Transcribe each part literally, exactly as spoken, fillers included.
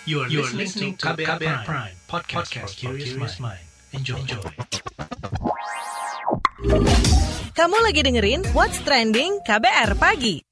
You are, you are listening to K B R Prime, podcast, podcast for curious mind. Enjoy. Enjoy. Kamu lagi dengerin What's Trending K B R Pagi.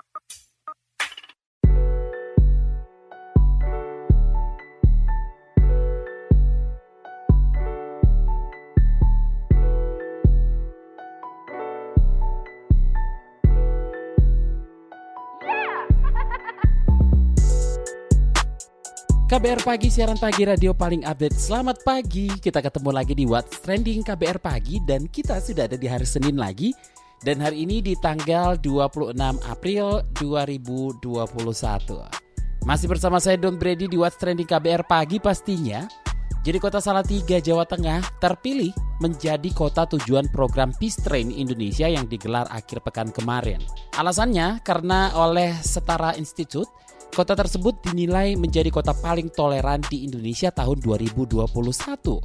K B R Pagi, siaran pagi radio paling update. Selamat pagi, kita ketemu lagi di What's Trending K B R Pagi. Dan kita sudah ada di hari Senin lagi. Dan hari ini di tanggal dua puluh enam April dua ribu dua puluh satu. Masih bersama saya Don Brady di What's Trending K B R Pagi pastinya. Jadi kota Salatiga, Jawa Tengah terpilih menjadi kota tujuan program Peace Train Indonesia yang digelar akhir pekan kemarin. Alasannya karena oleh Setara Institute, kota tersebut dinilai menjadi kota paling toleran di Indonesia tahun dua ribu dua puluh satu.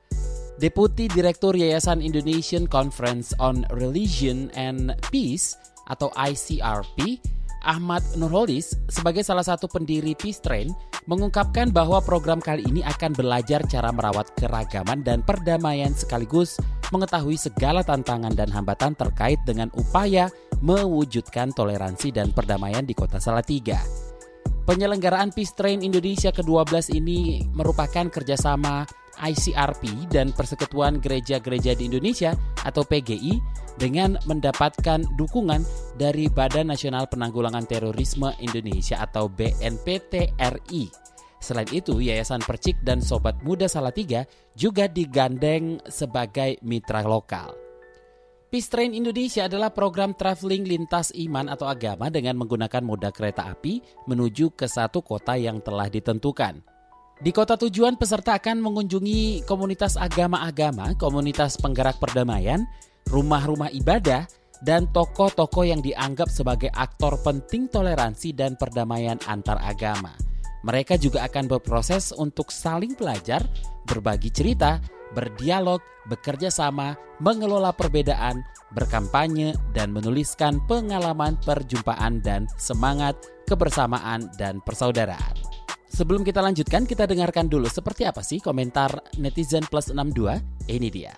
Deputi Direktur Yayasan Indonesian Conference on Religion and Peace atau I C R P, Ahmad Nurholis, sebagai salah satu pendiri Peace Train, mengungkapkan bahwa program kali ini akan belajar cara merawat keragaman dan perdamaian sekaligus mengetahui segala tantangan dan hambatan terkait dengan upaya mewujudkan toleransi dan perdamaian di kota Salatiga. Penyelenggaraan Peace Train Indonesia ke dua belas ini merupakan kerjasama I C R P dan Persekutuan Gereja-Gereja di Indonesia atau P G I dengan mendapatkan dukungan dari Badan Nasional Penanggulangan Terorisme Indonesia atau B N P T R I. Selain itu, Yayasan Percik dan Sobat Muda Salatiga juga digandeng sebagai mitra lokal. Peace Train Indonesia adalah program traveling lintas iman atau agama dengan menggunakan moda kereta api menuju ke satu kota yang telah ditentukan. Di kota tujuan, peserta akan mengunjungi komunitas agama-agama, komunitas penggerak perdamaian, rumah-rumah ibadah, dan tokoh-tokoh yang dianggap sebagai aktor penting toleransi dan perdamaian antar agama. Mereka juga akan berproses untuk saling belajar, berbagi cerita, berdialog, bekerja sama, mengelola perbedaan, berkampanye, dan menuliskan pengalaman perjumpaan dan semangat kebersamaan dan persaudaraan. Sebelum kita lanjutkan, kita dengarkan dulu seperti apa sih komentar netizen plus enam dua. Ini dia.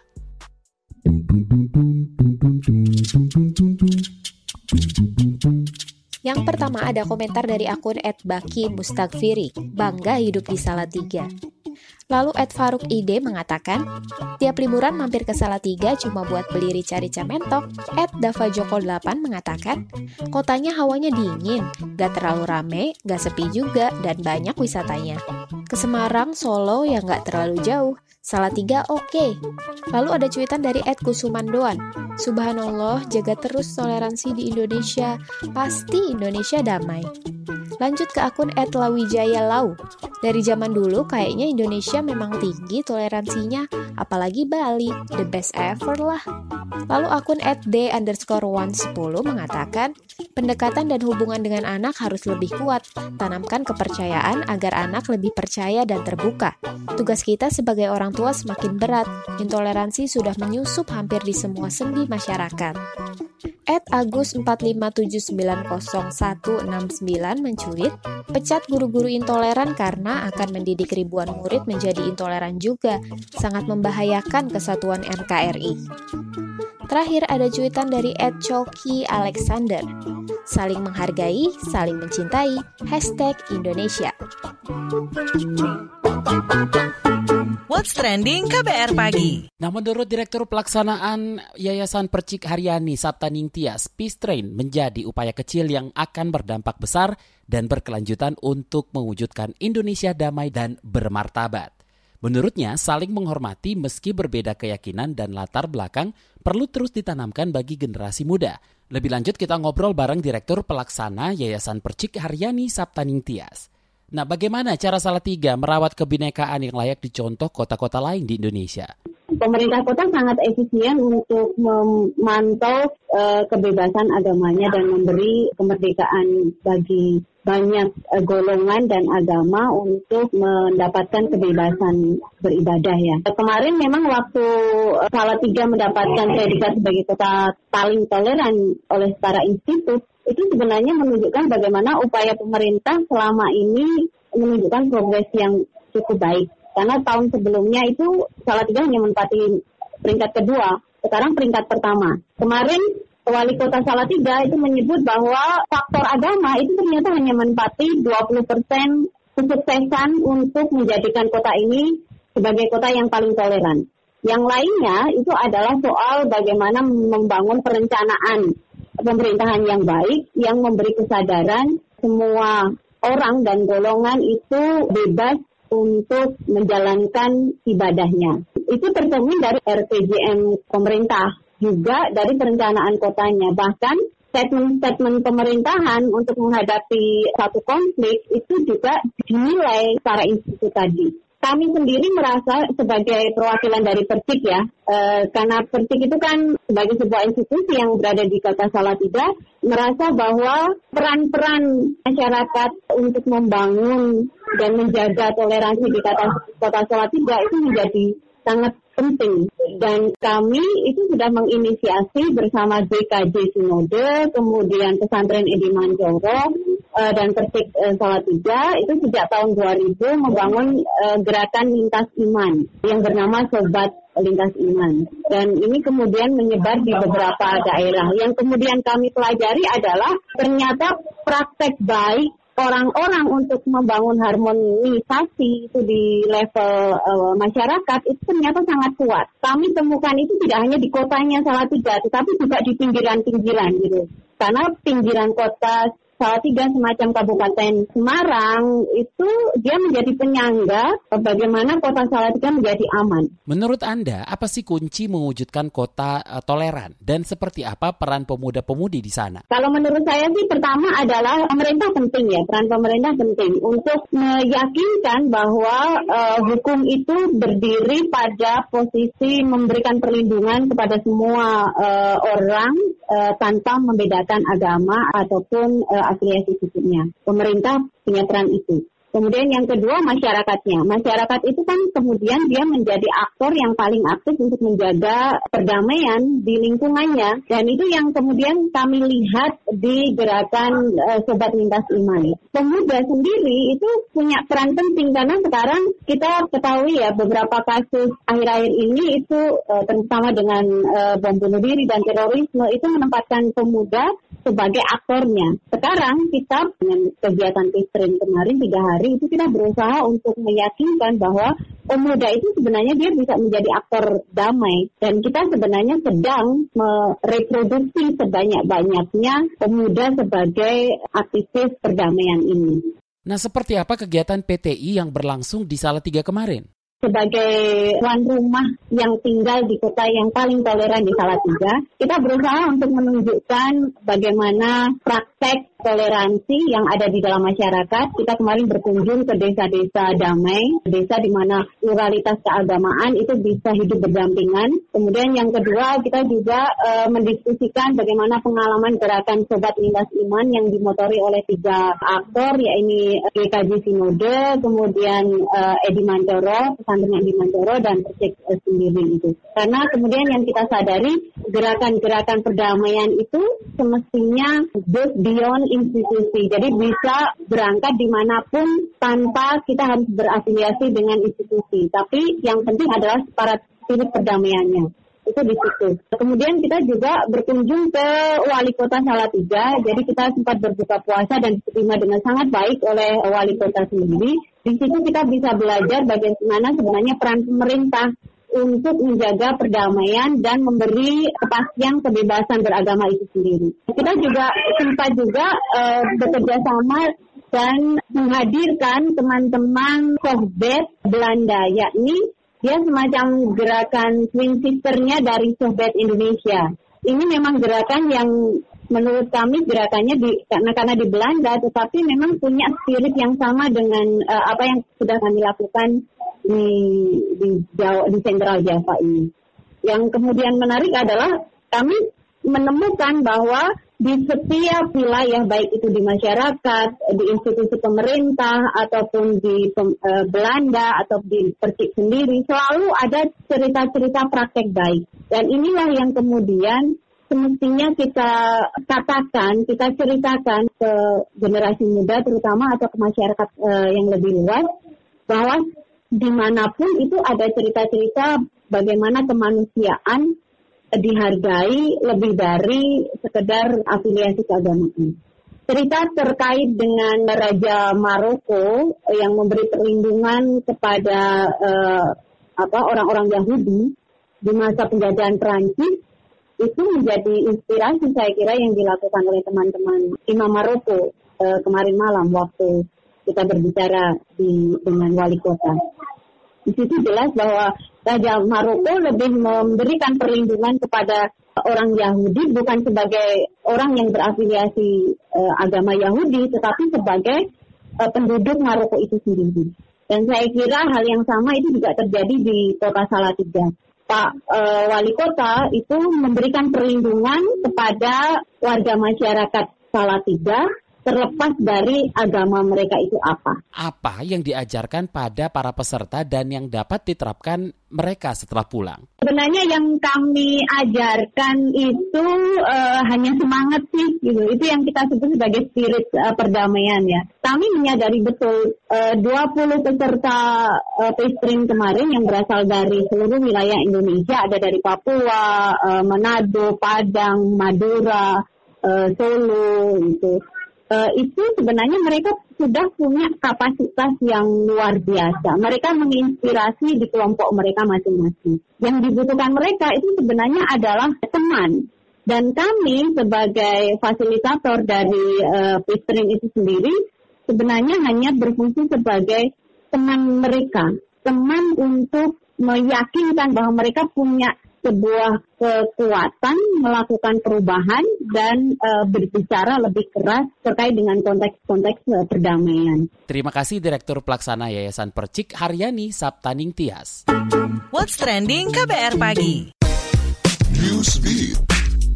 Yang pertama ada komentar dari akun et baki mustagfiri, bangga hidup di Salatiga. Lalu et Faruk I D mengatakan, tiap liburan mampir ke Salatiga cuma buat beli rica-rica mentok. Et Dava Joko delapan mengatakan, kotanya hawanya dingin, gak terlalu rame, gak sepi juga, dan banyak wisatanya. Ke Semarang, Solo yang gak terlalu jauh, Salatiga oke. Okay. Lalu ada cuitan dari et Kusumandoan, subhanallah, jaga terus toleransi di Indonesia, pasti Indonesia damai. Lanjut ke akun et Lawijaya Lau. Dari zaman dulu kayaknya Indonesia memang tinggi toleransinya, apalagi Bali, the best ever lah. Lalu akun et d underscore satu satu mengatakan, pendekatan dan hubungan dengan anak harus lebih kuat, tanamkan kepercayaan agar anak lebih percaya dan terbuka. Tugas kita sebagai orang tua semakin berat, intoleransi sudah menyusup hampir di semua sendi masyarakat. et Agus empat lima tujuh sembilan nol satu enam sembilan mencuit, pecat guru-guru intoleran karena akan mendidik ribuan murid menjadi intoleran juga, sangat membahayakan kesatuan N K R I. Terakhir ada cuitan dari et Choki Alexander, saling menghargai, saling mencintai, hashtag Indonesia. What's Trending K B R Pagi. Nah, menurut Direktur Pelaksanaan Yayasan Percik Haryani Saptaning Tias, Peace Train menjadi upaya kecil yang akan berdampak besar dan berkelanjutan untuk mewujudkan Indonesia damai dan bermartabat. Menurutnya, saling menghormati meski berbeda keyakinan dan latar belakang perlu terus ditanamkan bagi generasi muda. Lebih lanjut kita ngobrol bareng Direktur Pelaksana Yayasan Percik Haryani Saptaning Tias. Nah, bagaimana cara Salatiga merawat kebinekaan yang layak dicontoh kota-kota lain di Indonesia? Pemerintah kota sangat efisien untuk memantau uh, kebebasan agamanya dan memberi kemerdekaan bagi banyak uh, golongan dan agama untuk mendapatkan kebebasan beribadah ya. Kemarin memang waktu uh, Salatiga mendapatkan predikat sebagai kota paling toleran oleh Setara Institute, itu sebenarnya menunjukkan bagaimana upaya pemerintah selama ini menunjukkan progres yang cukup baik. Karena tahun sebelumnya itu Salatiga hanya menempati peringkat kedua, sekarang peringkat pertama. Kemarin Wali Kota Salatiga itu menyebut bahwa faktor agama itu ternyata hanya menempati dua puluh persen kesuksesan untuk menjadikan kota ini sebagai kota yang paling toleran. Yang lainnya itu adalah soal bagaimana membangun perencanaan pemerintahan yang baik, yang memberi kesadaran semua orang dan golongan itu bebas untuk menjalankan ibadahnya. Itu tercermin dari R P J M pemerintah, juga dari perencanaan kotanya. Bahkan statement-statement pemerintahan untuk menghadapi satu konflik itu juga dinilai secara institusi tadi. Kami sendiri merasa sebagai perwakilan dari Persik ya, e, karena Persik itu kan sebagai sebuah institusi yang berada di Kota Salatiga, merasa bahwa peran-peran masyarakat untuk membangun dan menjaga toleransi di Kota, Kota Salatiga itu menjadi sangat penting. Dan kami itu sudah menginisiasi bersama D K J Sinode, kemudian Pesantren Edi Mantoro, uh, dan Persik uh, Salatiga itu sejak tahun dua ribu membangun uh, gerakan lintas iman yang bernama Sobat Lintas Iman. Dan ini kemudian menyebar di beberapa daerah. Yang kemudian kami pelajari adalah ternyata praktek baik orang-orang untuk membangun harmonisasi itu di level uh, masyarakat itu ternyata sangat kuat. Kami temukan itu tidak hanya di kotanya Salatiga, tetapi juga di pinggiran-pinggiran gitu. Karena pinggiran kota Salatiga semacam Kabupaten Semarang itu dia menjadi penyangga bagaimana kota Salatiga menjadi aman. Menurut Anda, apa sih kunci mewujudkan kota uh, toleran dan seperti apa peran pemuda-pemudi di sana? Kalau menurut saya sih pertama adalah pemerintah penting ya, peran pemerintah penting untuk meyakinkan bahwa uh, hukum itu berdiri pada posisi memberikan perlindungan kepada semua uh, orang uh, tanpa membedakan agama ataupun uh, afiliasi sukunya. Pemerintah punya peran itu. Kemudian yang kedua masyarakatnya. Masyarakat itu kan kemudian dia menjadi aktor yang paling aktif untuk menjaga perdamaian di lingkungannya. Dan itu yang kemudian kami lihat di gerakan uh, Sobat Lintas Iman. Pemuda sendiri itu punya peran penting karena sekarang kita ketahui ya beberapa kasus akhir-akhir ini itu uh, terutama dengan uh, bom bunuh diri dan terorisme itu menempatkan pemuda sebagai aktornya. Sekarang kita dengan kegiatan Pistrin kemarin tiga hari itu kita berusaha untuk meyakinkan bahwa pemuda itu sebenarnya dia bisa menjadi aktor damai dan kita sebenarnya sedang mereproduksi sebanyak-banyaknya pemuda sebagai aktivis perdamaian ini. Nah, seperti apa kegiatan P T I yang berlangsung di Salatiga kemarin? Sebagai tuan rumah yang tinggal di kota yang paling toleran di Salatiga, kita berusaha untuk menunjukkan bagaimana praktek toleransi yang ada di dalam masyarakat. Kita kemarin berkunjung ke desa-desa damai, desa di mana pluralitas keagamaan itu bisa hidup berdampingan. Kemudian yang kedua, kita juga uh, mendiskusikan bagaimana pengalaman gerakan Sobat Lintas Iman yang dimotori oleh tiga aktor, yaitu D K J Sinode, kemudian uh, Edi Mantoro, Pesantren Edi Mantoro, dan Persik uh, sendiri itu. Karena kemudian yang kita sadari, gerakan-gerakan perdamaian itu semestinya goes beyond institusi. Jadi bisa berangkat dimanapun tanpa kita harus berafiliasi dengan institusi. Tapi yang penting adalah para spirit perdamaiannya. Itu di situ. Kemudian kita juga berkunjung ke Wali Kota Salatiga. Jadi kita sempat berbuka puasa dan diterima dengan sangat baik oleh Wali Kota sendiri. Di situ kita bisa belajar bagaimana sebenarnya peran pemerintah untuk menjaga perdamaian dan memberi kepastian kebebasan beragama itu sendiri. Kita juga sempat juga uh, bekerja sama dan menghadirkan teman-teman Sohbet Belanda, yakni dia semacam gerakan twin sisternya dari Sohbet Indonesia. Ini memang gerakan yang menurut kami gerakannya di, karena karena di Belanda, tetapi memang punya spirit yang sama dengan uh, apa yang sudah kami lakukan di di Jawa, di Sentral Java ini. Yang kemudian menarik adalah kami menemukan bahwa di setiap wilayah, baik itu di masyarakat, di institusi pemerintah ataupun di pem, uh, Belanda atau di Persik sendiri, selalu ada cerita-cerita praktek baik. Dan inilah yang kemudian semestinya kita katakan, kita ceritakan ke generasi muda terutama atau ke masyarakat uh, yang lebih luas bahwa dimanapun itu ada cerita-cerita bagaimana kemanusiaan dihargai lebih dari sekedar afiliasi keagamaan. Cerita terkait dengan Raja Maroko yang memberi perlindungan kepada uh, apa orang-orang Yahudi di masa penjajahan Perancis itu menjadi inspirasi saya kira yang dilakukan oleh teman-teman Imam Maroko uh, kemarin malam waktu kita berbicara di dengan wali kota. Di situ jelas bahwa Raja Maroko lebih memberikan perlindungan kepada orang Yahudi bukan sebagai orang yang berafiliasi uh, agama Yahudi, tetapi sebagai uh, penduduk Maroko itu sendiri. Dan saya kira hal yang sama itu juga terjadi di kota Salatiga. Pak uh, Wali Kota itu memberikan perlindungan kepada warga masyarakat Salatiga terlepas dari agama mereka itu apa. Apa yang diajarkan pada para peserta dan yang dapat diterapkan mereka setelah pulang? Sebenarnya yang kami ajarkan itu uh, hanya semangat sih, gitu. Itu yang kita sebut sebagai spirit uh, perdamaian ya. Kami menyadari betul uh, dua puluh peserta uh, Peace kemarin yang berasal dari seluruh wilayah Indonesia, ada dari Papua, uh, Manado, Padang, Madura, uh, Solo, gitu. Uh, itu sebenarnya mereka sudah punya kapasitas yang luar biasa. Mereka menginspirasi di kelompok mereka masing-masing. Yang dibutuhkan mereka itu sebenarnya adalah teman. Dan kami sebagai fasilitator dari uh, Peace Train itu sendiri sebenarnya hanya berfungsi sebagai teman mereka. Teman untuk meyakinkan bahwa mereka punya sebuah kekuatan melakukan perubahan dan uh, berbicara lebih keras terkait dengan konteks-konteks uh, perdamaian. Terima kasih Direktur Pelaksana Yayasan Percik Haryani Saptaning Tias. What's Trending K B R Pagi. Newsbeat.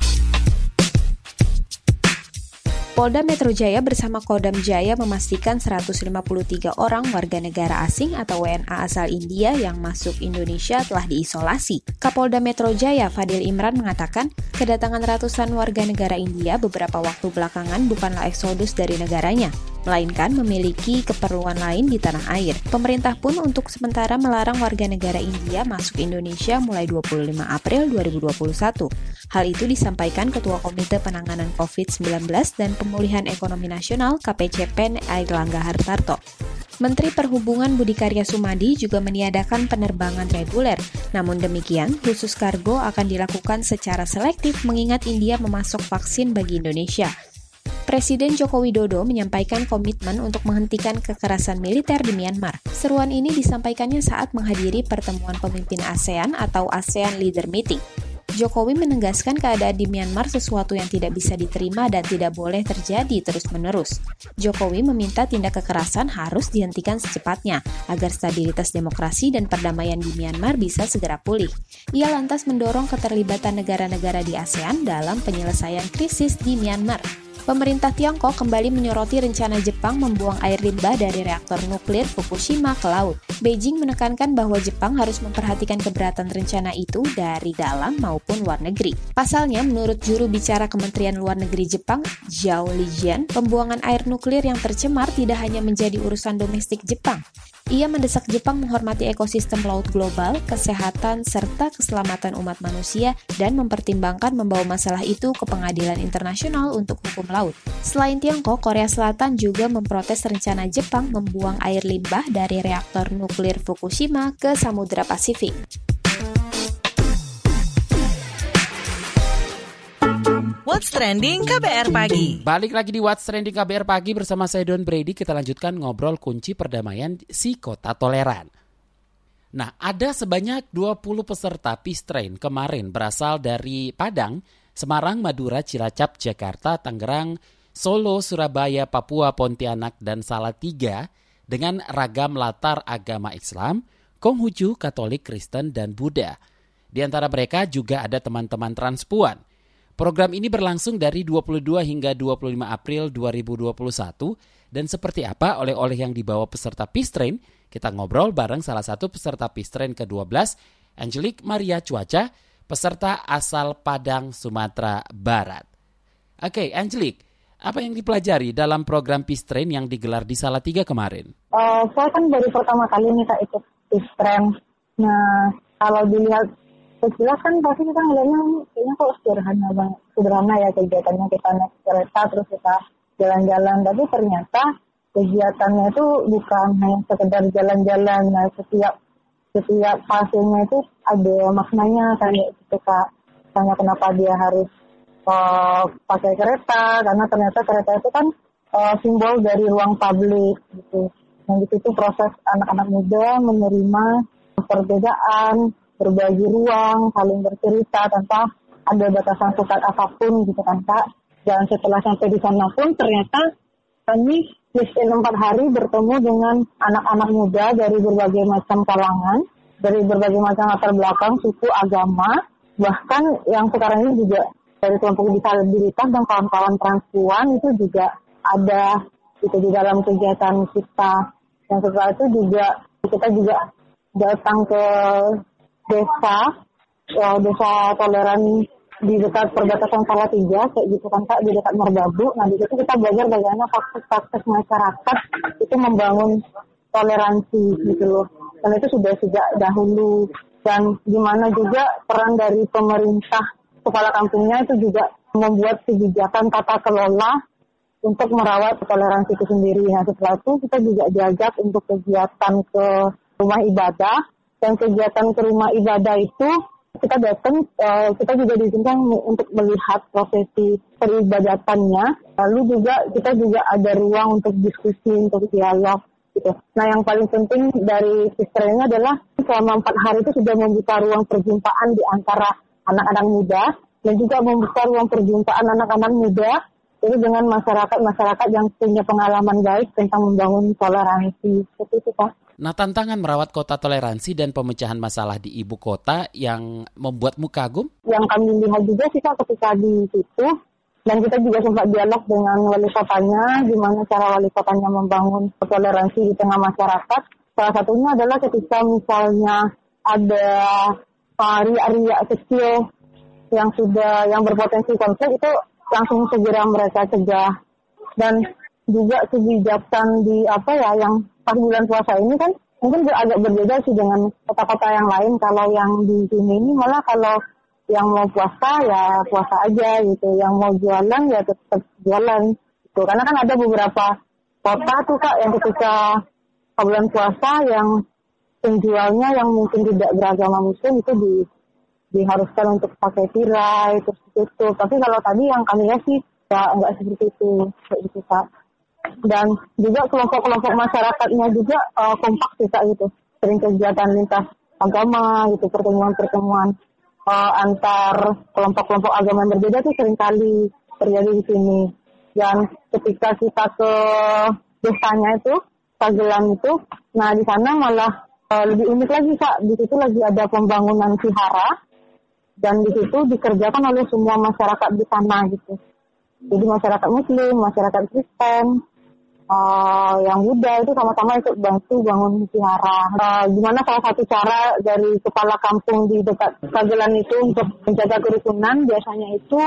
Polda Metro Jaya bersama Kodam Jaya memastikan seratus lima puluh tiga orang warga negara asing atau W N A asal India yang masuk Indonesia telah diisolasi. Kapolda Metro Jaya Fadil Imran mengatakan, kedatangan ratusan warga negara India beberapa waktu belakangan bukanlah eksodus dari negaranya, melainkan memiliki keperluan lain di tanah air. Pemerintah pun untuk sementara melarang warga negara India masuk Indonesia mulai dua puluh lima April dua ribu dua puluh satu. Hal itu disampaikan Ketua Komite Penanganan covid sembilan belas dan Pemulihan Ekonomi Nasional K P C P N Airlangga Hartarto. Menteri Perhubungan Budi Karya Sumadi juga meniadakan penerbangan reguler. Namun demikian, khusus kargo akan dilakukan secara selektif mengingat India memasok vaksin bagi Indonesia. Presiden Joko Widodo menyampaikan komitmen untuk menghentikan kekerasan militer di Myanmar. Seruan ini disampaikannya saat menghadiri pertemuan pemimpin ASEAN atau ASEAN Leader Meeting. Jokowi menegaskan keadaan di Myanmar sesuatu yang tidak bisa diterima dan tidak boleh terjadi terus-menerus. Jokowi meminta tindak kekerasan harus dihentikan secepatnya agar stabilitas demokrasi dan perdamaian di Myanmar bisa segera pulih. Ia lantas mendorong keterlibatan negara-negara di ASEAN dalam penyelesaian krisis di Myanmar. Pemerintah Tiongkok kembali menyoroti rencana Jepang membuang air limbah dari reaktor nuklir Fukushima ke laut. Beijing menekankan bahwa Jepang harus memperhatikan keberatan rencana itu dari dalam maupun luar negeri. Pasalnya, menurut juru bicara Kementerian Luar Negeri Jepang, Zhao Lijian, pembuangan air nuklir yang tercemar tidak hanya menjadi urusan domestik Jepang. Ia mendesak Jepang menghormati ekosistem laut global, kesehatan, serta keselamatan umat manusia dan mempertimbangkan membawa masalah itu ke pengadilan internasional untuk hukum laut. Selain Tiongkok, Korea Selatan juga memprotes rencana Jepang membuang air limbah dari reaktor nuklir Fukushima ke Samudra Pasifik. What's Trending K B R Pagi. Balik lagi di What's Trending K B R Pagi bersama saya Don Brady. Kita lanjutkan ngobrol kunci perdamaian si kota toleran. Nah, ada sebanyak dua puluh peserta Peace Train kemarin berasal dari Padang, Semarang, Madura, Cilacap, Jakarta, Tangerang, Solo, Surabaya, Papua, Pontianak, dan Salatiga dengan ragam latar agama Islam, Konghucu, Katolik, Kristen, dan Buddha. Di antara mereka juga ada teman-teman transpuan. Program ini berlangsung dari dua puluh dua hingga dua puluh lima April dua ribu dua puluh satu dan seperti apa oleh-oleh yang dibawa peserta Peace Train, kita ngobrol bareng salah satu peserta Peace Train ke dua belas, Angelique Maria Cuaca, peserta asal Padang, Sumatera Barat. Oke, Angelique, apa yang dipelajari dalam program Peace Train yang digelar di Salatiga kemarin? Uh, saya kan baru pertama kali nih Kak ikut Peace Train. Nah, kalau dilihat sekilas kan pasti kita ngeliatnya kayaknya kok sederhana banget. Sederhana ya kegiatannya, kita naik kereta terus kita jalan-jalan. Tapi ternyata kegiatannya itu bukan hanya sekedar jalan-jalan. Nah, setiap setiap fasenya itu ada maknanya kayak gitu Kak. Misalnya kenapa dia harus uh, pakai kereta, karena ternyata kereta itu kan uh, simbol dari ruang publik gitu. Yang di situ proses anak-anak muda menerima perbedaan, berbagi ruang, saling bercerita tanpa ada batasan sekat apapun gitu kan Kak. Dan setelah sampai di sana pun ternyata kami miskin empat hari bertemu dengan anak-anak muda dari berbagai macam kalangan, dari berbagai macam latar belakang, suku, agama, bahkan yang sekarang ini juga dari kelompok disabilitas dan kawan-kawan transpuan itu juga ada itu di dalam kegiatan kita. Yang setelah itu juga kita juga datang ke desa, ya, desa toleran di dekat perbatasan Salatiga, kayak gitu kan Kak, di dekat Merbabu. Nah di situ kita belajar bagaimana praktek-praktek masyarakat itu membangun toleransi gitu loh. Dan itu sudah sejak dahulu. Dan gimana juga peran dari pemerintah, kepala kampungnya itu juga membuat kebijakan tata kelola untuk merawat toleransi itu sendiri. Nah setelah itu kita juga diajak untuk kegiatan ke rumah ibadah. Dan kegiatan ke rumah ibadah itu kita datang, uh, kita juga diizinkan untuk melihat prosesi peribadatannya. Lalu juga kita juga ada ruang untuk diskusi, untuk dialog gitu. Nah yang paling penting dari sistemnya adalah selama empat hari itu sudah membuka ruang perjumpaan di antara anak-anak muda dan juga membuka ruang perjumpaan anak-anak muda itu dengan masyarakat-masyarakat yang punya pengalaman baik tentang membangun toleransi. Seperti itu Pak. Nah, tantangan merawat kota toleransi dan pemecahan masalah di ibu kota yang membuatmu kagum? Yang kami lihat juga sih Kak ketika di situ, dan kita juga sempat dialog dengan wali kotanya, gimana cara wali kotanya membangun toleransi di tengah masyarakat. Salah satunya adalah ketika misalnya ada riak-riak kecil yang sudah yang berpotensi konflik itu langsung segera mereka cegah. Dan juga kebijakan di apa ya yang pas bulan puasa ini kan mungkin agak berbeda sih dengan kota-kota yang lain. Kalau yang di sini ini malah kalau yang mau puasa ya puasa aja gitu, yang mau jualan ya tetap jualan gitu. Karena kan ada beberapa kota tuh Kak yang ketika bulan puasa yang penjualnya yang mungkin tidak beragama Muslim itu di, diharuskan untuk pakai tirai terus tutup. Tapi kalau tadi yang kami lihat sih ya enggak seperti itu kayak gitu Kak. Dan juga kelompok-kelompok masyarakatnya juga uh, kompak sih Kak gitu. Sering kegiatan lintas agama gitu, pertemuan-pertemuan uh, antar kelompok-kelompok agama yang berbeda tuh seringkali terjadi di sini. Dan ketika kita ke desanya itu, Pagelan itu, nah di sana malah uh, lebih unik lagi Kak. Di situ lagi ada pembangunan vihara dan di situ dikerjakan oleh semua masyarakat di sana gitu. Jadi masyarakat Muslim, masyarakat Kristen, Uh, yang Buddha itu sama-sama ikut bantu bangun vihara. Uh, gimana salah satu cara dari kepala kampung di dekat Pagelan itu untuk menjaga kerukunan biasanya itu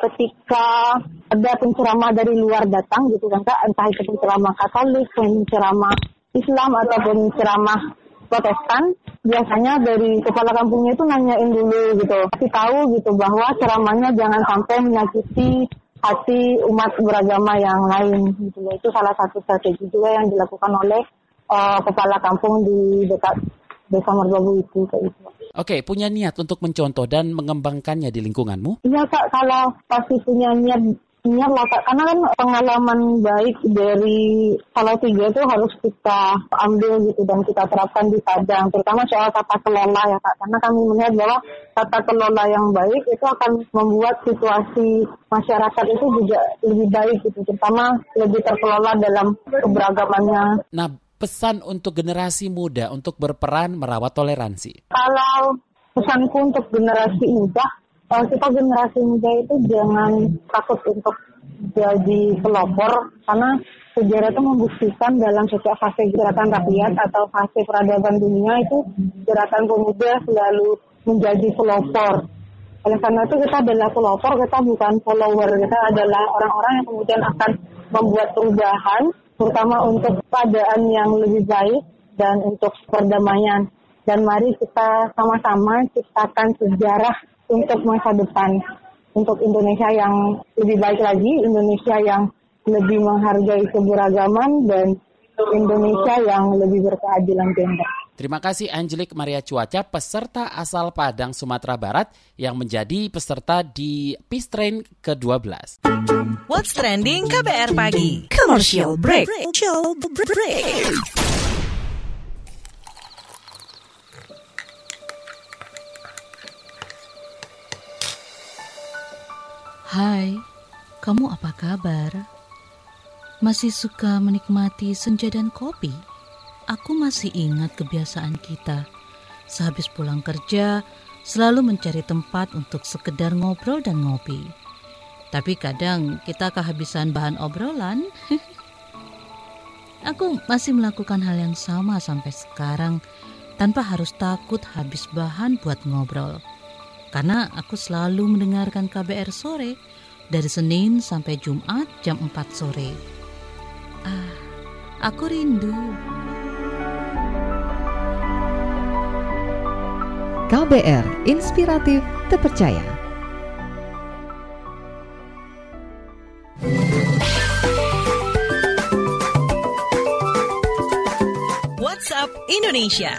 ketika ada penceramah dari luar datang gitu kan Kak, entah itu penceramah Katolik, penceramah Islam ataupun penceramah Protestan, biasanya dari kepala kampungnya itu nanyain dulu gitu, kasih tahu gitu bahwa ceramahnya jangan sampai menyakiti hati umat beragama yang lain gitu. Itu salah satu strategi juga yang dilakukan oleh uh, kepala kampung di dekat Desa Merbabu itu kayak gitu. Oke, punya niat untuk mencontoh dan mengembangkannya di lingkunganmu? Iya Kak, kalau pasti punya niat niat lah Kak, karena kan pengalaman baik dari Salatiga itu harus kita ambil gitu dan kita terapkan di Padang, terutama soal tata kelola ya Kak, karena kami melihat bahwa tata kelola yang baik itu akan membuat situasi masyarakat itu juga lebih baik gitu, terutama lebih terkelola dalam keberagamannya. Nah, pesan untuk generasi muda untuk berperan merawat toleransi? Kalau pesanku untuk generasi muda, Uh, kita generasi muda itu jangan takut untuk jadi pelopor, karena sejarah itu membuktikan dalam setiap fase gerakan rakyat atau fase peradaban dunia itu gerakan pemuda selalu menjadi pelopor. Oleh karena itu kita adalah pelopor, kita bukan follower, kita adalah orang-orang yang kemudian akan membuat perubahan, terutama untuk keadaan yang lebih baik dan untuk perdamaian. Dan mari kita sama-sama ciptakan sejarah untuk masa depan, untuk Indonesia yang lebih baik lagi, Indonesia yang lebih menghargai keberagaman, dan Indonesia yang lebih berkeadilan gender. Terima kasih Angelique Maria Cuaca, peserta asal Padang, Sumatera Barat, yang menjadi peserta di Peace Train ke dua belas. What's Trending K B R Pagi. Commercial break. Commercial break. Hai, kamu apa kabar? Masih suka menikmati senja dan kopi? Aku masih ingat kebiasaan kita. Sehabis pulang kerja, selalu mencari tempat untuk sekedar ngobrol dan ngopi. Tapi kadang kita kehabisan bahan obrolan. Aku masih melakukan hal yang sama sampai sekarang, tanpa harus takut habis bahan buat ngobrol. Karena aku selalu mendengarkan K B R Sore dari Senin sampai Jumat jam empat sore. Ah, aku rindu. K B R Inspiratif Terpercaya. WhatsApp Indonesia.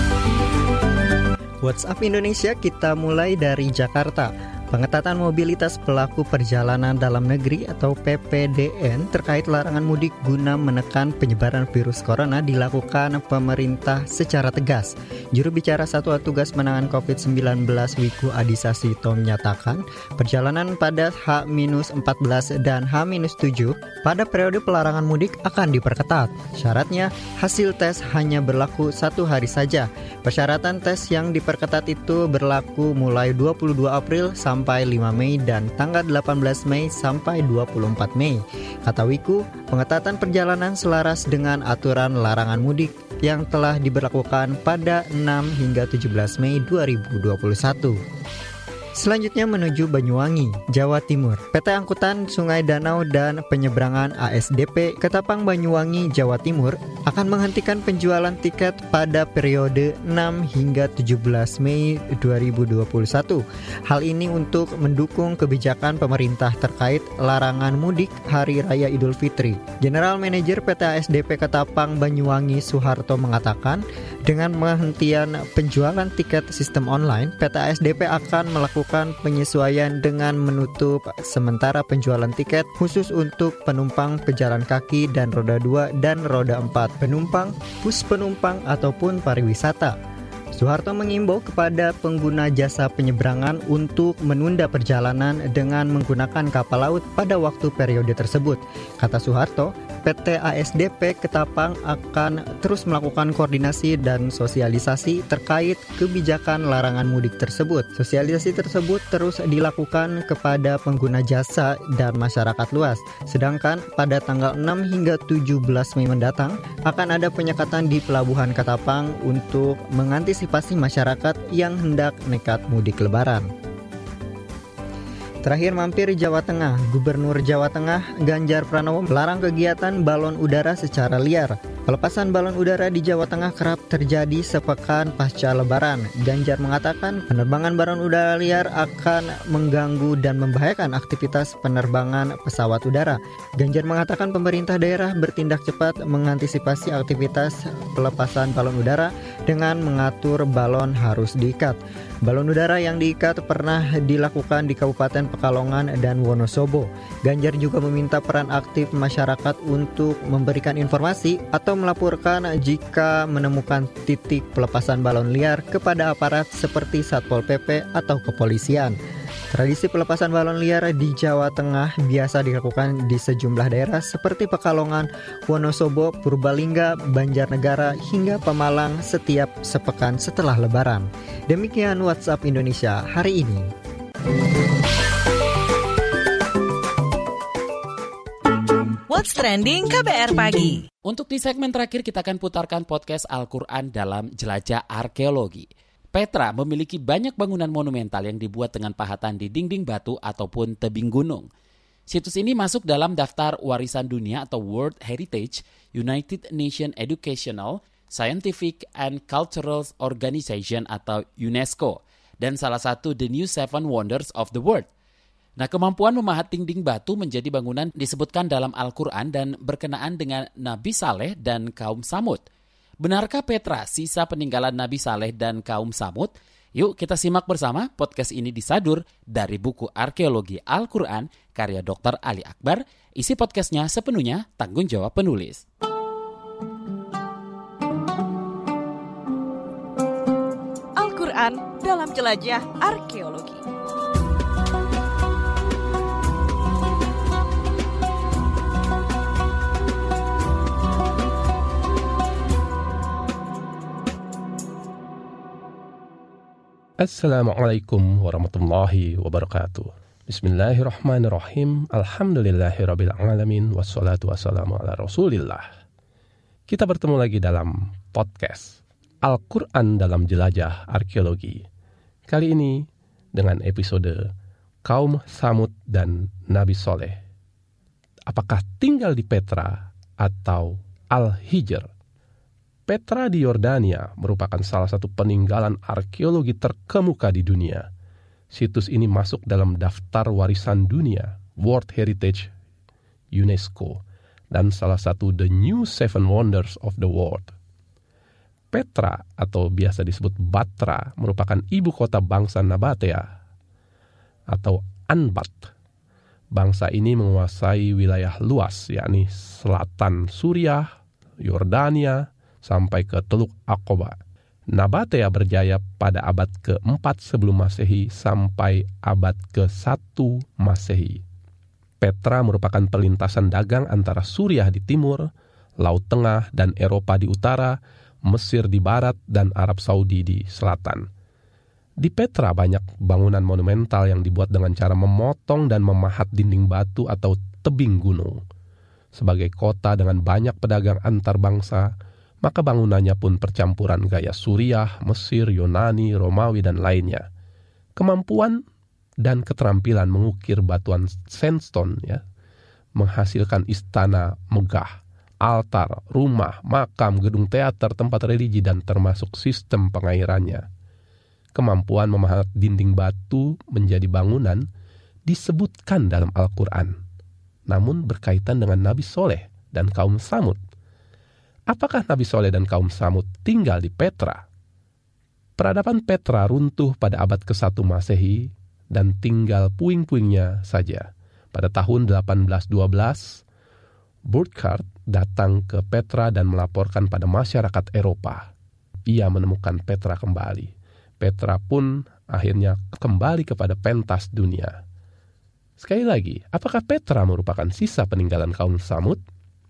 WhatsApp Indonesia kita mulai dari Jakarta. Pengetatan mobilitas pelaku perjalanan dalam negeri atau P P D N terkait larangan mudik guna menekan penyebaran virus corona dilakukan pemerintah secara tegas. Juru bicara Satuan Tugas Penanganan covid sembilan belas Wiku Adhisa Smito menyatakan perjalanan pada H empat belas dan H tujuh pada periode pelarangan mudik akan diperketat. Syaratnya hasil tes hanya berlaku satu hari saja. Persyaratan tes yang diperketat itu berlaku mulai dua puluh dua April sampai lima Mei dan tanggal delapan belas Mei sampai dua puluh empat Mei. Kata Wiku, pengetatan perjalanan selaras dengan aturan larangan mudik yang telah diberlakukan pada enam hingga tujuh belas Mei dua ribu dua puluh satu. Selanjutnya menuju Banyuwangi, Jawa Timur. P T Angkutan Sungai Danau dan Penyeberangan A S D P Ketapang Banyuwangi, Jawa Timur akan menghentikan penjualan tiket pada periode enam hingga tujuh belas Mei dua ribu dua puluh satu. Hal ini untuk mendukung kebijakan pemerintah terkait larangan mudik Hari Raya Idul Fitri. General Manager P T A S D P Ketapang Banyuwangi Suharto mengatakan, dengan penghentian penjualan tiket sistem online, P T A S D P akan melakukan penyesuaian dengan menutup sementara penjualan tiket khusus untuk penumpang pejalan kaki dan roda dua dan roda empat, penumpang, bus penumpang ataupun pariwisata. Soeharto mengimbau kepada pengguna jasa penyeberangan untuk menunda perjalanan dengan menggunakan kapal laut pada waktu periode tersebut. Kata Soeharto, P T A S D P Ketapang akan terus melakukan koordinasi dan sosialisasi terkait kebijakan larangan mudik tersebut. Sosialisasi tersebut terus dilakukan kepada pengguna jasa dan masyarakat luas. Sedangkan pada tanggal enam hingga tujuh belas Mei mendatang akan ada penyekatan di Pelabuhan Ketapang untuk mengantisipasi masyarakat yang hendak nekat mudik lebaran. Terakhir mampir Jawa Tengah, Gubernur Jawa Tengah Ganjar Pranowo melarang kegiatan balon udara secara liar. Pelepasan balon udara di Jawa Tengah kerap terjadi sepekan pasca Lebaran. Ganjar mengatakan penerbangan balon udara liar akan mengganggu dan membahayakan aktivitas penerbangan pesawat udara. Ganjar mengatakan pemerintah daerah bertindak cepat mengantisipasi aktivitas pelepasan balon udara dengan mengatur balon harus diikat. Balon udara yang diikat pernah dilakukan di Kabupaten Pekalongan dan Wonosobo. Ganjar juga meminta peran aktif masyarakat untuk memberikan informasi atau melaporkan jika menemukan titik pelepasan balon liar kepada aparat seperti Satpol P P atau kepolisian. Tradisi pelepasan balon liar di Jawa Tengah biasa dilakukan di sejumlah daerah seperti Pekalongan, Wonosobo, Purbalingga, Banjarnegara, hingga Pemalang setiap sepekan setelah Lebaran. Demikian WhatsApp Indonesia hari ini. What's Trending K B R Pagi. Untuk di segmen terakhir kita akan putarkan podcast Al-Quran dalam Jelajah Arkeologi. Petra memiliki banyak bangunan monumental yang dibuat dengan pahatan di dinding batu ataupun tebing gunung. Situs ini masuk dalam daftar warisan dunia atau World Heritage, United Nations Educational, Scientific and Cultural Organization atau UNESCO, dan salah satu The New Seven Wonders of the World. Nah, kemampuan memahat dinding batu menjadi bangunan disebutkan dalam Al-Quran dan berkenaan dengan Nabi Saleh dan kaum Samud. Benarkah Petra sisa peninggalan Nabi Saleh dan kaum Samud? Yuk kita simak bersama podcast ini disadur dari buku Arkeologi Al-Quran karya doktor Ali Akbar. Isi podcastnya sepenuhnya tanggung jawab penulis. Al-Quran dalam jelajah arkeologi. Assalamualaikum warahmatullahi wabarakatuh. Bismillahirrahmanirrahim. Alhamdulillahirabbil alamin wassalatu wassalamu ala Rasulillah. Kita bertemu lagi dalam podcast Al-Quran dalam jelajah arkeologi. Kali ini dengan episode Kaum Samud dan Nabi Soleh. Apakah tinggal di Petra atau Al-Hijr? Petra di Yordania merupakan salah satu peninggalan arkeologi terkemuka di dunia. Situs ini masuk dalam daftar warisan dunia World Heritage UNESCO dan salah satu The New Seven Wonders of the World. Petra atau biasa disebut Batra merupakan ibu kota bangsa Nabatea atau Anbat. Bangsa ini menguasai wilayah luas yakni selatan Suriah, Yordania, sampai ke Teluk Aqaba. Nabatea berjaya pada abad keempat sebelum Masehi sampai abad kesatu Masehi. Petra merupakan perlintasan dagang antara Suriah di timur, Laut Tengah dan Eropa di utara, Mesir di barat, dan Arab Saudi di selatan. Di Petra banyak bangunan monumental yang dibuat dengan cara memotong dan memahat dinding batu atau tebing gunung. Sebagai kota dengan banyak pedagang antar bangsa, maka bangunannya pun percampuran gaya Suriah, Mesir, Yunani, Romawi, dan lainnya. Kemampuan dan keterampilan mengukir batuan sandstone ya, menghasilkan istana megah, altar, rumah, makam, gedung teater, tempat religi, dan termasuk sistem pengairannya. Kemampuan memahat dinding batu menjadi bangunan disebutkan dalam Al-Quran, namun berkaitan dengan Nabi Soleh dan kaum Samud. Apakah Nabi Soleh dan kaum Samud tinggal di Petra? Peradaban Petra runtuh pada abad kesatu Masehi dan tinggal puing-puingnya saja. Pada tahun delapan belas dua belas, Burckhardt datang ke Petra dan melaporkan pada masyarakat Eropa. Ia menemukan Petra kembali. Petra pun akhirnya kembali kepada pentas dunia. Sekali lagi, apakah Petra merupakan sisa peninggalan kaum Samud?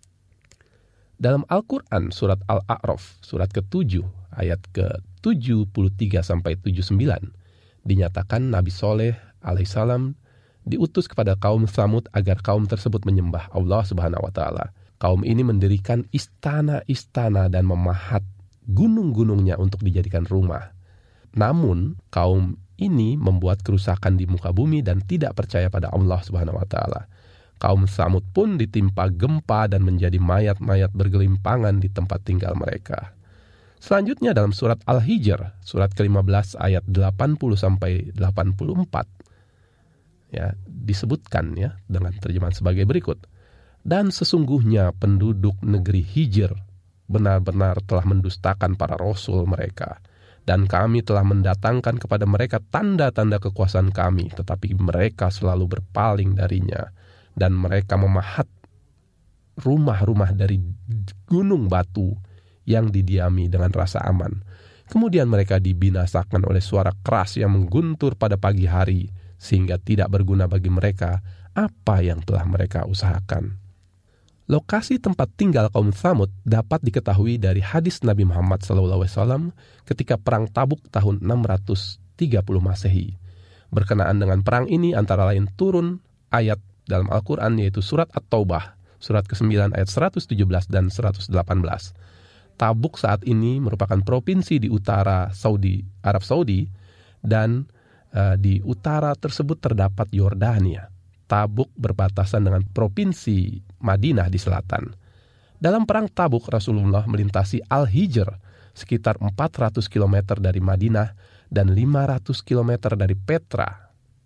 Dalam Al-Quran surat Al-A'raf, surat ketujuh, ayat ke tujuh puluh tiga sampai tujuh puluh sembilan, dinyatakan Nabi Soleh alaihissalam diutus kepada kaum Samud agar kaum tersebut menyembah Allah subhanahu wa ta'ala. Kaum ini mendirikan istana-istana dan memahat gunung-gunungnya untuk dijadikan rumah. Namun, kaum ini membuat kerusakan di muka bumi dan tidak percaya pada Allah subhanahu wa ta'ala. Kaum Samud pun ditimpa gempa dan menjadi mayat-mayat bergelimpangan di tempat tinggal mereka. Selanjutnya dalam surat Al-Hijr, surat ke lima belas ayat delapan puluh sampai delapan puluh empat, ya, disebutkan ya dengan terjemahan sebagai berikut. Dan sesungguhnya penduduk negeri Hijr benar-benar telah mendustakan para rasul mereka. Dan kami telah mendatangkan kepada mereka tanda-tanda kekuasaan kami, tetapi mereka selalu berpaling darinya. Dan mereka memahat rumah-rumah dari gunung batu yang didiami dengan rasa aman. Kemudian mereka dibinasakan oleh suara keras yang mengguntur pada pagi hari, sehingga tidak berguna bagi mereka apa yang telah mereka usahakan. Lokasi tempat tinggal kaum Samud dapat diketahui dari hadis Nabi Muhammad shallallahu alaihi wasallam ketika Perang Tabuk tahun enam ratus tiga puluh Masehi. Berkenaan dengan perang ini antara lain turun ayat dalam Al-Quran yaitu surat At-Taubah, surat kesembilan ayat seratus tujuh belas dan seratus delapan belas. Tabuk saat ini merupakan provinsi di utara Saudi, Arab Saudi, dan uh, di utara tersebut terdapat Yordania. Tabuk berbatasan dengan provinsi Madinah di selatan. Dalam perang Tabuk, Rasulullah melintasi Al-Hijr sekitar empat ratus kilometer dari Madinah dan lima ratus kilometer dari Petra.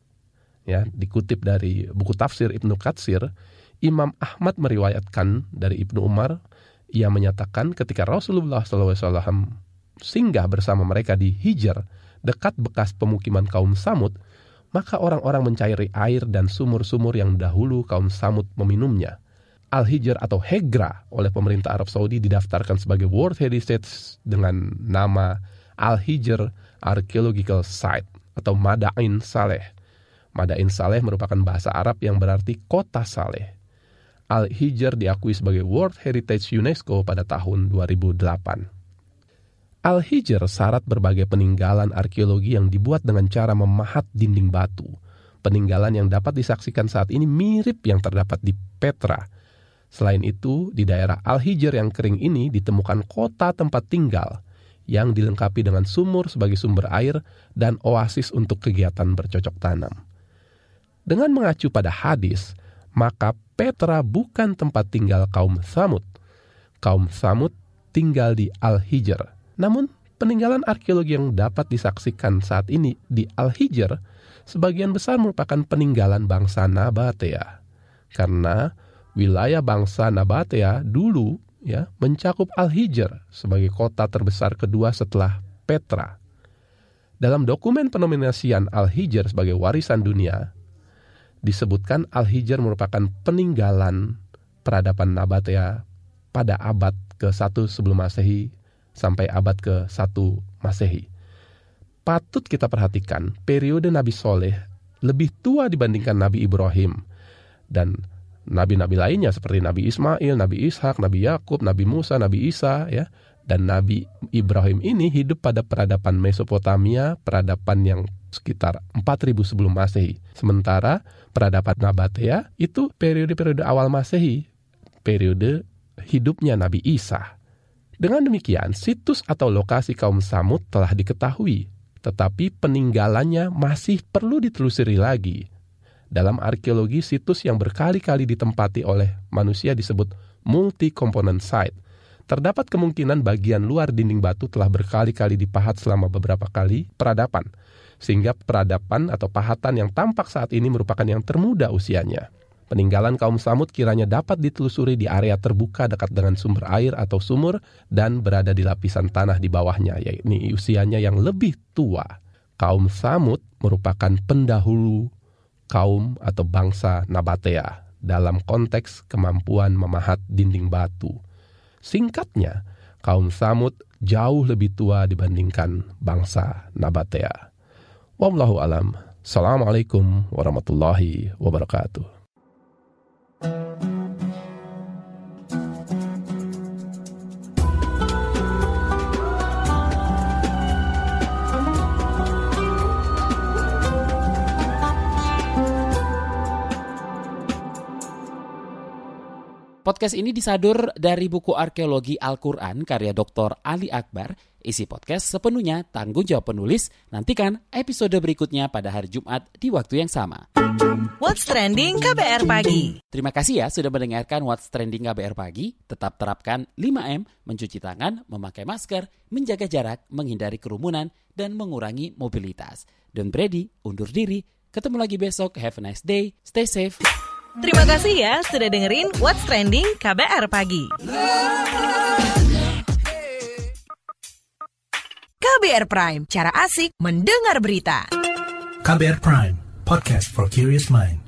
Ya, dikutip dari buku tafsir Ibnu Katsir, Imam Ahmad meriwayatkan dari Ibnu Umar. Ia menyatakan ketika Rasulullah shallallahu alaihi wasallam singgah bersama mereka di Hijr, dekat bekas pemukiman kaum Samud, maka orang-orang mencairi air dan sumur-sumur yang dahulu kaum Samud meminumnya. Al-Hijr atau Hegra oleh pemerintah Arab Saudi didaftarkan sebagai World Heritage dengan nama Al-Hijr Archaeological Site atau Madain Saleh. Madain Saleh merupakan bahasa Arab yang berarti kota saleh. Al-Hijr diakui sebagai World Heritage UNESCO pada tahun dua ribu delapan. Al-Hijr syarat berbagai peninggalan arkeologi yang dibuat dengan cara memahat dinding batu. Peninggalan yang dapat disaksikan saat ini mirip yang terdapat di Petra. Selain itu, di daerah Al-Hijr yang kering ini ditemukan kota tempat tinggal yang dilengkapi dengan sumur sebagai sumber air dan oasis untuk kegiatan bercocok tanam. Dengan mengacu pada hadis, maka Petra bukan tempat tinggal kaum Tsamud. Kaum Tsamud tinggal di Al-Hijr. Namun, peninggalan arkeologi yang dapat disaksikan saat ini di Al-Hijr sebagian besar merupakan peninggalan bangsa Nabatea. Karena wilayah bangsa Nabatea dulu ya mencakup Al-Hijr sebagai kota terbesar kedua setelah Petra. Dalam dokumen penominasian Al-Hijr sebagai warisan dunia, disebutkan Al-Hijr merupakan peninggalan peradaban Nabatea pada abad ke satu sebelum Masehi sampai abad ke satu Masehi. Patut kita perhatikan, periode Nabi Soleh lebih tua dibandingkan Nabi Ibrahim. Dan nabi-nabi lainnya seperti Nabi Ismail, Nabi Ishak, Nabi Yakub, Nabi Musa, Nabi Isa, ya. Dan Nabi Ibrahim ini hidup pada peradaban Mesopotamia, peradaban yang sekitar empat ribu sebelum Masehi. Sementara peradaban Nabatea itu periode-periode awal Masehi, periode hidupnya Nabi Isa. Dengan demikian, situs atau lokasi kaum Tsamud telah diketahui, tetapi peninggalannya masih perlu ditelusuri lagi. Dalam arkeologi, situs yang berkali-kali ditempati oleh manusia disebut multi-component site. Terdapat kemungkinan bagian luar dinding batu telah berkali-kali dipahat selama beberapa kali peradaban, sehingga peradaban atau pahatan yang tampak saat ini merupakan yang termuda usianya. Peninggalan kaum Tsamud kiranya dapat ditelusuri di area terbuka dekat dengan sumber air atau sumur dan berada di lapisan tanah di bawahnya, yakni usianya yang lebih tua. Kaum Tsamud merupakan pendahulu kaum atau bangsa Nabatea dalam konteks kemampuan memahat dinding batu. Singkatnya, kaum Tsamud jauh lebih tua dibandingkan bangsa Nabatea. Wallahu alam. Assalamualaikum warahmatullahi wabarakatuh. Podcast ini disadur dari buku Arkeologi Al-Quran karya Doktor Ali Akbar. Isi podcast sepenuhnya tanggung jawab penulis. Nantikan episode berikutnya pada hari Jumat di waktu yang sama. What's Trending K B R Pagi. Terima kasih ya sudah mendengarkan What's Trending K B R Pagi. Tetap terapkan lima M, mencuci tangan, memakai masker, menjaga jarak, menghindari kerumunan, dan mengurangi mobilitas. Don't ready, undur diri. Ketemu lagi besok. Have a nice day. Stay safe. Terima kasih ya sudah dengerin What's Trending K B R Pagi. K B R Prime, cara asik mendengar berita. K B R Prime, podcast for curious mind.